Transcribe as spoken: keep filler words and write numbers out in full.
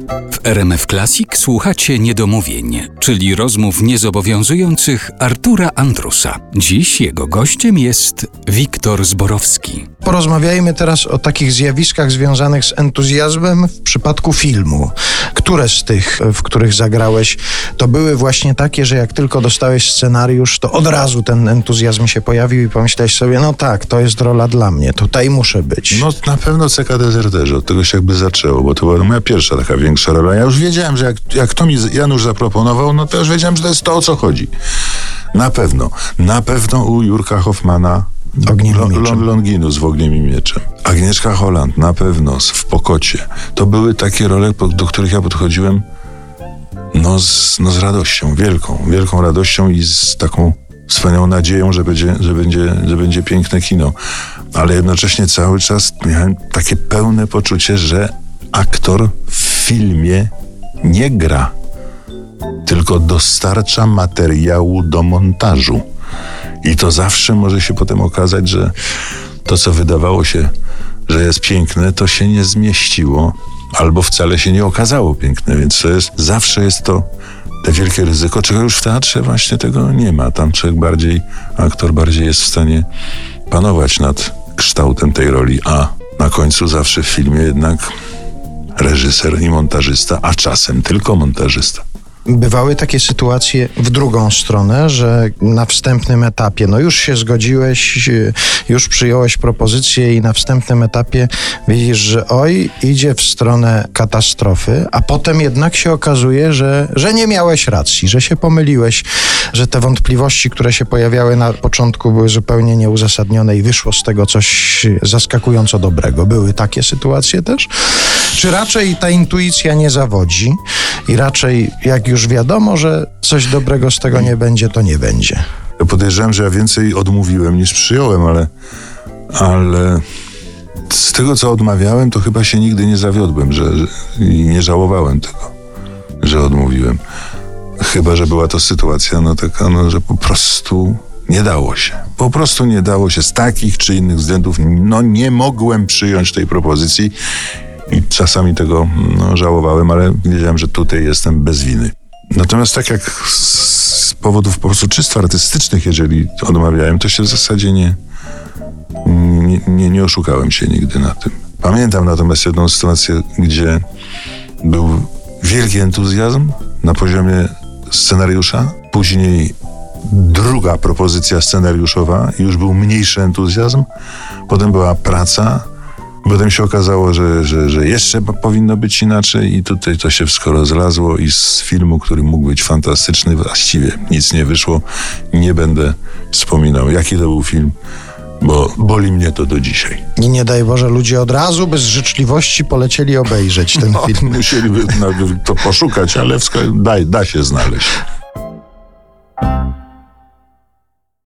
W R M F Classic słuchacie niedomówień, czyli rozmów niezobowiązujących Artura Andrusa. Dziś jego gościem jest Wiktor Zborowski. Porozmawiajmy teraz o takich zjawiskach związanych z entuzjazmem w przypadku filmu. Które z tych, w których zagrałeś, to były właśnie takie, że jak tylko dostałeś scenariusz, to od razu ten entuzjazm się pojawił i pomyślałeś sobie, no tak, to jest rola dla mnie, tutaj muszę być. No na pewno C K Dezerterzy, od tego się jakby zaczęło, bo to była moja pierwsza taka większa rola. Ja już wiedziałem, że jak, jak to mi Janusz zaproponował, no to już wiedziałem, że to jest to, o co chodzi. Na pewno. Na pewno u Jurka Hoffmana Ogniem i Lo, mieczem. Lo, Longinus w Ogniem i mieczem. Agnieszka Holland, na pewno, w Pokocie. To były takie role, do których ja podchodziłem no z, no z radością, wielką, wielką radością i z taką wspaniałą nadzieją, że będzie, że będzie, że będzie piękne kino. Ale jednocześnie cały czas miałem takie pełne poczucie, że aktor w filmie nie gra, tylko dostarcza materiału do montażu. I to zawsze może się potem okazać, że to, co wydawało się, że jest piękne, to się nie zmieściło, albo wcale się nie okazało piękne, więc to jest, zawsze jest to te wielkie ryzyko, czego już w teatrze właśnie tego nie ma. Tam człowiek bardziej, aktor bardziej jest w stanie panować nad kształtem tej roli, a na końcu zawsze w filmie jednak reżyser i montażysta, a czasem tylko montażysta. Bywały takie sytuacje w drugą stronę, że na wstępnym etapie, no już się zgodziłeś, już przyjąłeś propozycję i na wstępnym etapie widzisz, że oj, idzie w stronę katastrofy, a potem jednak się okazuje, że, że nie miałeś racji, że się pomyliłeś, że te wątpliwości, które się pojawiały na początku, były zupełnie nieuzasadnione i wyszło z tego coś zaskakująco dobrego. Były takie sytuacje też? Czy raczej ta intuicja nie zawodzi i raczej jak już wiadomo, że coś dobrego z tego nie będzie, to nie będzie? Ja podejrzewam, że ja więcej odmówiłem niż przyjąłem, ale, ale z tego, co odmawiałem, to chyba się nigdy nie zawiodłem, że, że i nie żałowałem tego, że odmówiłem. Chyba że była to sytuacja, no taka, no, że po prostu nie dało się. Po prostu nie dało się z takich czy innych względów. No nie mogłem przyjąć tej propozycji i czasami tego no, żałowałem, ale wiedziałem, że tutaj jestem bez winy. Natomiast tak jak z powodów po prostu czysto artystycznych, jeżeli odmawiałem, to się w zasadzie nie, nie, nie, nie oszukałem się nigdy na tym. Pamiętam natomiast jedną sytuację, gdzie był wielki entuzjazm na poziomie scenariusza, później druga propozycja scenariuszowa i już był mniejszy entuzjazm, potem była praca, potem się okazało, że, że, że jeszcze powinno być inaczej i tutaj to się wszystko rozlazło i z filmu, który mógł być fantastyczny, właściwie nic nie wyszło. Nie będę wspominał, jaki to był film, bo boli mnie to do dzisiaj. I nie daj Boże, ludzie od razu bez życzliwości polecieli obejrzeć ten No, film. musieliby to poszukać, ale da, da się znaleźć.